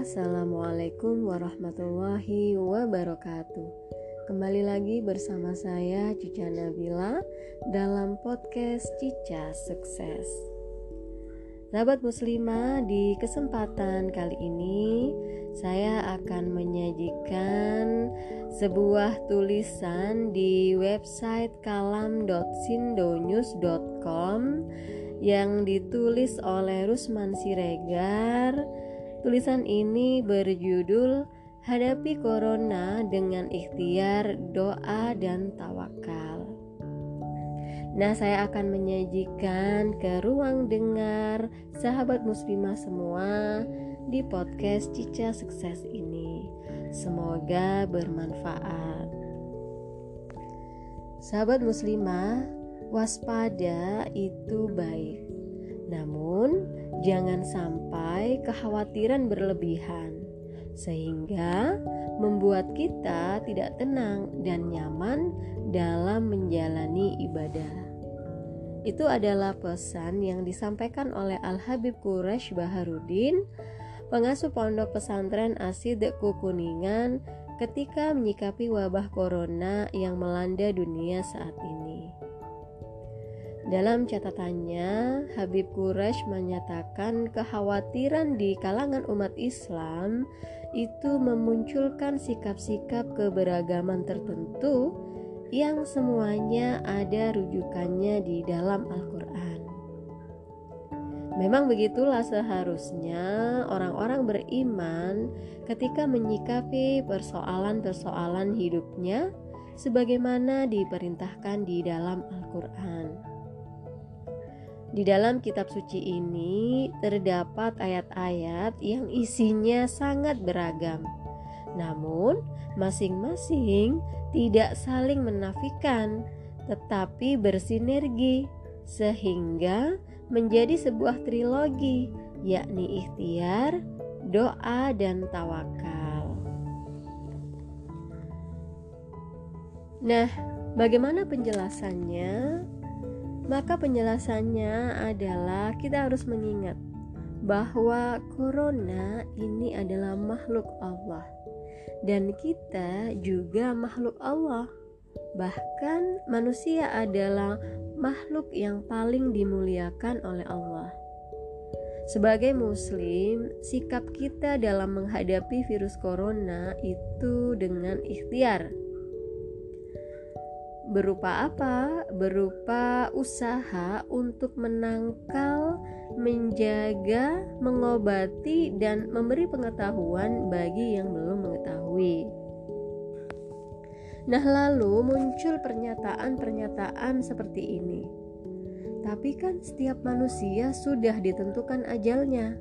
Assalamualaikum warahmatullahi wabarakatuh. Kembali lagi bersama saya Cica Nabila dalam podcast Cica Sukses. Sahabat muslimah, di kesempatan kali ini saya akan menyajikan sebuah tulisan di website kalam.sindonews.com yang ditulis oleh Rusman Siregar. Tulisan ini berjudul Hadapi Corona dengan Ikhtiar, Doa, dan Tawakal. Nah, saya akan menyajikan ke ruang dengar sahabat muslimah semua di podcast Cica Sukses ini. Semoga bermanfaat. Sahabat muslimah, waspada itu baik. Namun, jangan sampai kekhawatiran berlebihan sehingga membuat kita tidak tenang dan nyaman dalam menjalani ibadah. Itu adalah pesan yang disampaikan oleh Al-Habib Quraish Baharudin, pengasuh pondok pesantren As-Sidq Kuningan, ketika menyikapi wabah corona yang melanda dunia saat ini. Dalam catatannya, Habib Quraish menyatakan kekhawatiran di kalangan umat Islam itu memunculkan sikap-sikap keberagaman tertentu yang semuanya ada rujukannya di dalam Al-Quran. Memang begitulah seharusnya orang-orang beriman ketika menyikapi persoalan-persoalan hidupnya sebagaimana diperintahkan di dalam Al-Quran. Di dalam kitab suci ini terdapat ayat-ayat yang isinya sangat beragam. Namun, masing-masing tidak saling menafikan, tetapi bersinergi sehingga menjadi sebuah trilogi, yakni ikhtiar, doa, dan tawakal. Nah, bagaimana penjelasannya? Maka penjelasannya adalah kita harus mengingat bahwa corona ini adalah makhluk Allah dan kita juga makhluk Allah. Bahkan manusia adalah makhluk yang paling dimuliakan oleh Allah. Sebagai muslim, sikap kita dalam menghadapi virus corona itu dengan ikhtiar. Berupa apa? Berupa usaha untuk menangkal, menjaga, mengobati, dan memberi pengetahuan bagi yang belum mengetahui. Nah, lalu muncul pernyataan-pernyataan seperti ini. Tapi kan setiap manusia sudah ditentukan ajalnya.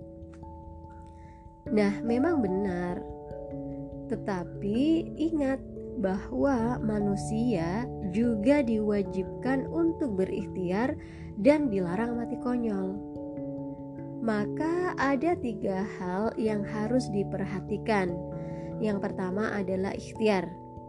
Nah, memang benar. Tetapi ingat bahwa manusia juga diwajibkan untuk berikhtiar dan dilarang mati konyol. Maka ada 3 hal yang harus diperhatikan. Yang pertama adalah ikhtiar.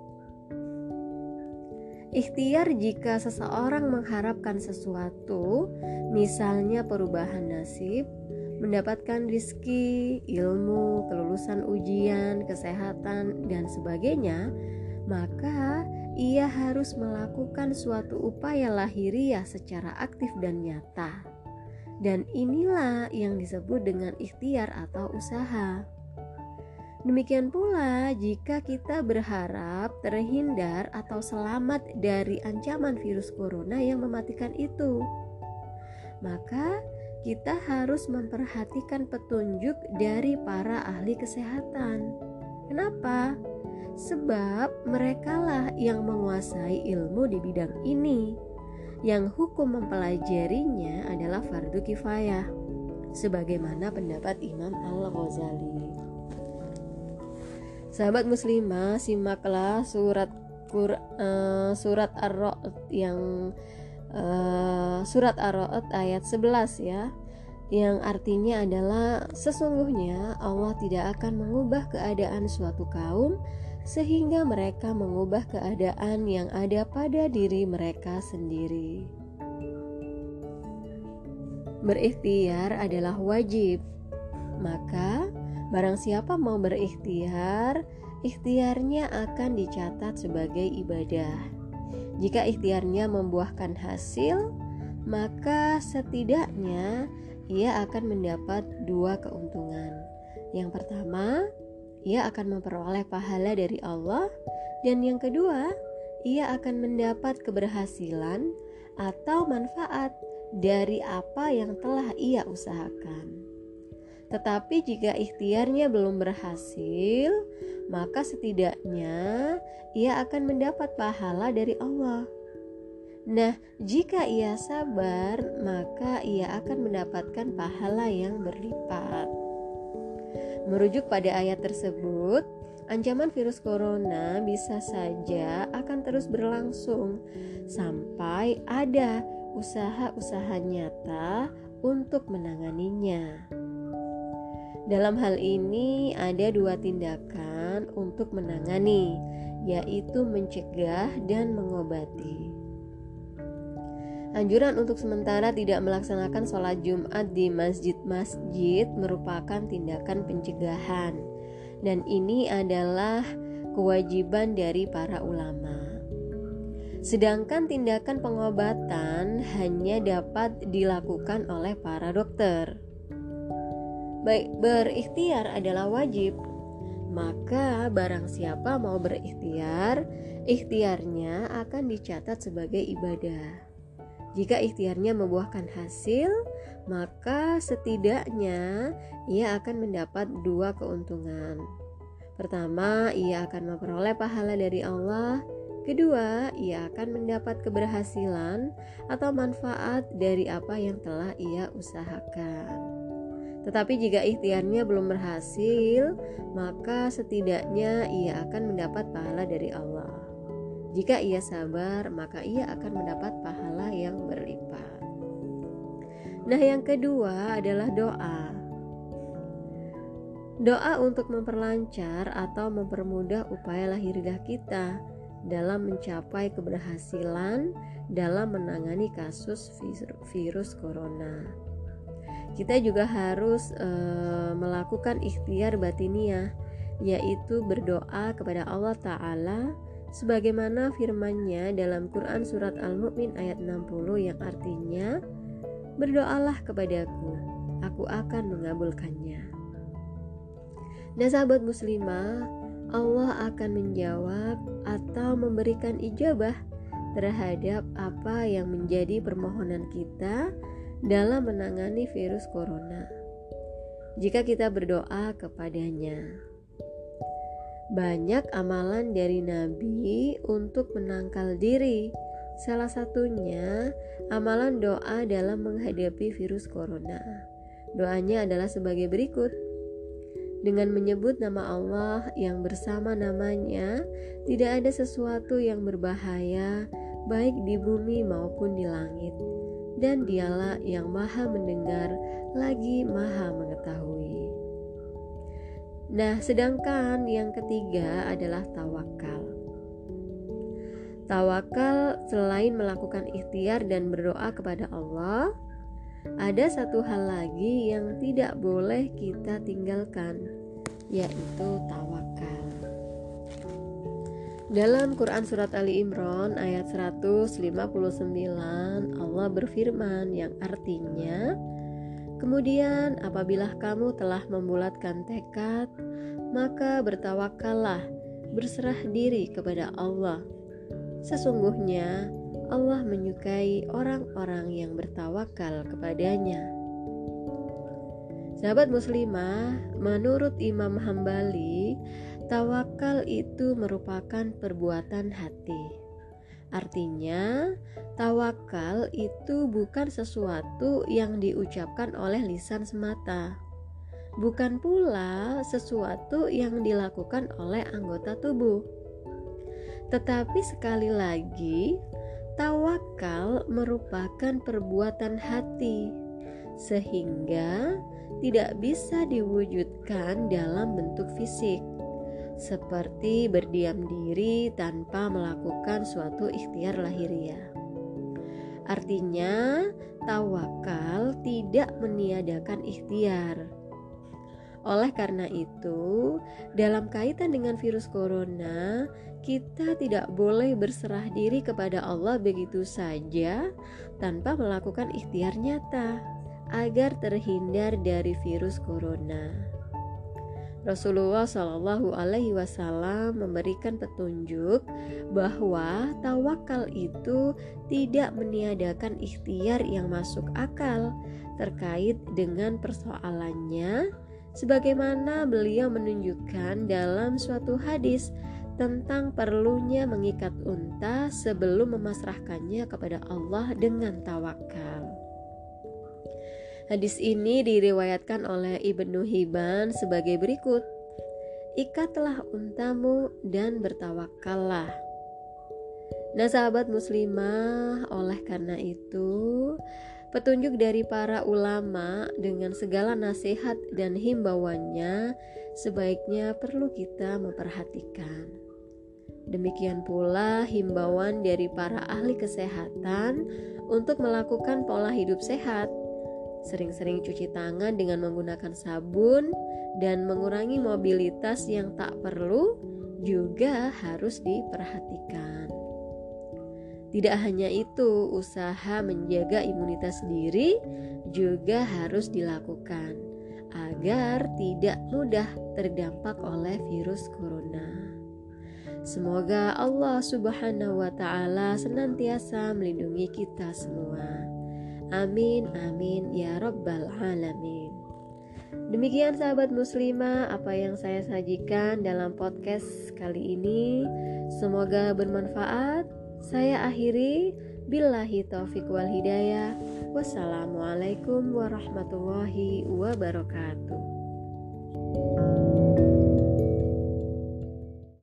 Ikhtiar jika seseorang mengharapkan sesuatu, misalnya perubahan nasib, mendapatkan rizki, ilmu, kelulusan ujian, kesehatan, dan sebagainya, maka ia harus melakukan suatu upaya lahiriah secara aktif dan nyata. Dan inilah yang disebut dengan ikhtiar atau usaha. Demikian pula jika kita berharap terhindar atau selamat dari ancaman virus corona yang mematikan itu, maka kita harus memperhatikan petunjuk dari para ahli kesehatan. Kenapa? Sebab merekalah yang menguasai ilmu di bidang ini, yang hukum mempelajarinya adalah fardu kifayah, sebagaimana pendapat Imam Al-Ghazali. Sahabat muslimah, simaklah surat Ar-Ra'd surat Ar-Ra'd ayat 11 ya, yang artinya adalah sesungguhnya Allah tidak akan mengubah keadaan suatu kaum sehingga mereka mengubah keadaan yang ada pada diri mereka sendiri. Berikhtiar adalah wajib, maka Barang siapa mau berikhtiar, ikhtiarnya akan dicatat sebagai ibadah. Jika ikhtiarnya membuahkan hasil, maka setidaknya ia akan mendapat 2 keuntungan. Yang pertama, ia akan memperoleh pahala dari Allah, dan yang kedua, ia akan mendapat keberhasilan atau manfaat dari apa yang telah ia usahakan. Tetapi jika ikhtiarnya belum berhasil, maka setidaknya ia akan mendapat pahala dari Allah. Nah, jika ia sabar, maka ia akan mendapatkan pahala yang berlipat. Merujuk pada ayat tersebut, ancaman virus corona bisa saja akan terus berlangsung sampai ada usaha-usaha nyata untuk menanganinya. Dalam hal ini ada 2 tindakan untuk menangani, yaitu mencegah dan mengobati. Anjuran untuk sementara tidak melaksanakan sholat Jumat di masjid-masjid merupakan tindakan pencegahan, dan ini adalah kewajiban dari para ulama. Sedangkan tindakan pengobatan hanya dapat dilakukan oleh para dokter. Baik, berikhtiar adalah wajib, maka barang siapa mau berikhtiar, ikhtiarnya akan dicatat sebagai ibadah. Jika ikhtiarnya membuahkan hasil, maka setidaknya ia akan mendapat 2 keuntungan. Pertama, ia akan memperoleh pahala dari Allah. Kedua, ia akan mendapat keberhasilan atau manfaat dari apa yang telah ia usahakan. Tetapi jika ikhtiarnya belum berhasil, maka setidaknya ia akan mendapat pahala dari Allah. Jika ia sabar, maka ia akan mendapat pahala yang berlipat. Nah, yang kedua adalah doa. Doa untuk memperlancar atau mempermudah upaya lahiriah kita dalam mencapai keberhasilan dalam menangani kasus virus corona. Kita juga harus melakukan ikhtiar batiniah, yaitu berdoa kepada Allah Ta'ala sebagaimana firman-Nya dalam Quran Surat Al-Mu'min ayat 60 yang artinya, berdoalah kepadaku, aku akan mengabulkannya. Nah sahabat muslimah, Allah akan menjawab atau memberikan ijabah terhadap apa yang menjadi permohonan kita dalam menangani virus corona jika kita berdoa kepadanya. Banyak amalan dari Nabi untuk menangkal diri. Salah satunya amalan doa dalam menghadapi virus corona. Doanya adalah sebagai berikut. Dengan menyebut nama Allah yang bersama namanya, tidak ada sesuatu yang berbahaya baik di bumi maupun di langit. Dan dialah yang maha mendengar lagi maha mengetahui. Nah, sedangkan yang ketiga adalah tawakal. Tawakal selain melakukan ikhtiar dan berdoa kepada Allah, ada satu hal lagi yang tidak boleh kita tinggalkan, yaitu tawakal. Dalam Quran Surat Ali Imran ayat 159 Allah berfirman yang artinya, kemudian apabila kamu telah membulatkan tekad, maka bertawakallah, berserah diri kepada Allah. Sesungguhnya Allah menyukai orang-orang yang bertawakal kepadanya. Sahabat muslimah, menurut Imam Hambali, tawakal itu merupakan perbuatan hati. Artinya, tawakal itu bukan sesuatu yang diucapkan oleh lisan semata, bukan pula sesuatu yang dilakukan oleh anggota tubuh. Tetapi sekali lagi, tawakal merupakan perbuatan hati, sehingga tidak bisa diwujudkan dalam bentuk fisik, seperti berdiam diri tanpa melakukan suatu ikhtiar lahiriah. Artinya, tawakal tidak meniadakan ikhtiar. Oleh karena itu, dalam kaitan dengan virus corona, kita tidak boleh berserah diri kepada Allah begitu saja tanpa melakukan ikhtiar nyata agar terhindar dari virus corona. Rasulullah Shallallahu Alaihi Wasallam memberikan petunjuk bahwa tawakal itu tidak meniadakan ikhtiar yang masuk akal terkait dengan persoalannya, sebagaimana beliau menunjukkan dalam suatu hadis tentang perlunya mengikat unta sebelum memasrahkannya kepada Allah dengan tawakal. Hadis ini diriwayatkan oleh Ibnu Hibban sebagai berikut: ikatlah untamu dan bertawakallah. Nah sahabat muslimah, oleh karena itu petunjuk dari para ulama dengan segala nasihat dan himbauannya sebaiknya perlu kita memperhatikan. Demikian pula himbauan dari para ahli kesehatan untuk melakukan pola hidup sehat, sering-sering cuci tangan dengan menggunakan sabun, dan mengurangi mobilitas yang tak perlu juga harus diperhatikan. Tidak hanya itu, usaha menjaga imunitas diri juga harus dilakukan agar tidak mudah terdampak oleh virus corona. Semoga Allah Subhanahu wa Ta'ala senantiasa melindungi kita semua. Amin, amin, ya Rabbal Alamin. Demikian sahabat muslimah apa yang saya sajikan dalam podcast kali ini. Semoga bermanfaat. Saya akhiri, billahi taufiq wal hidayah. Wassalamualaikum warahmatullahi wabarakatuh.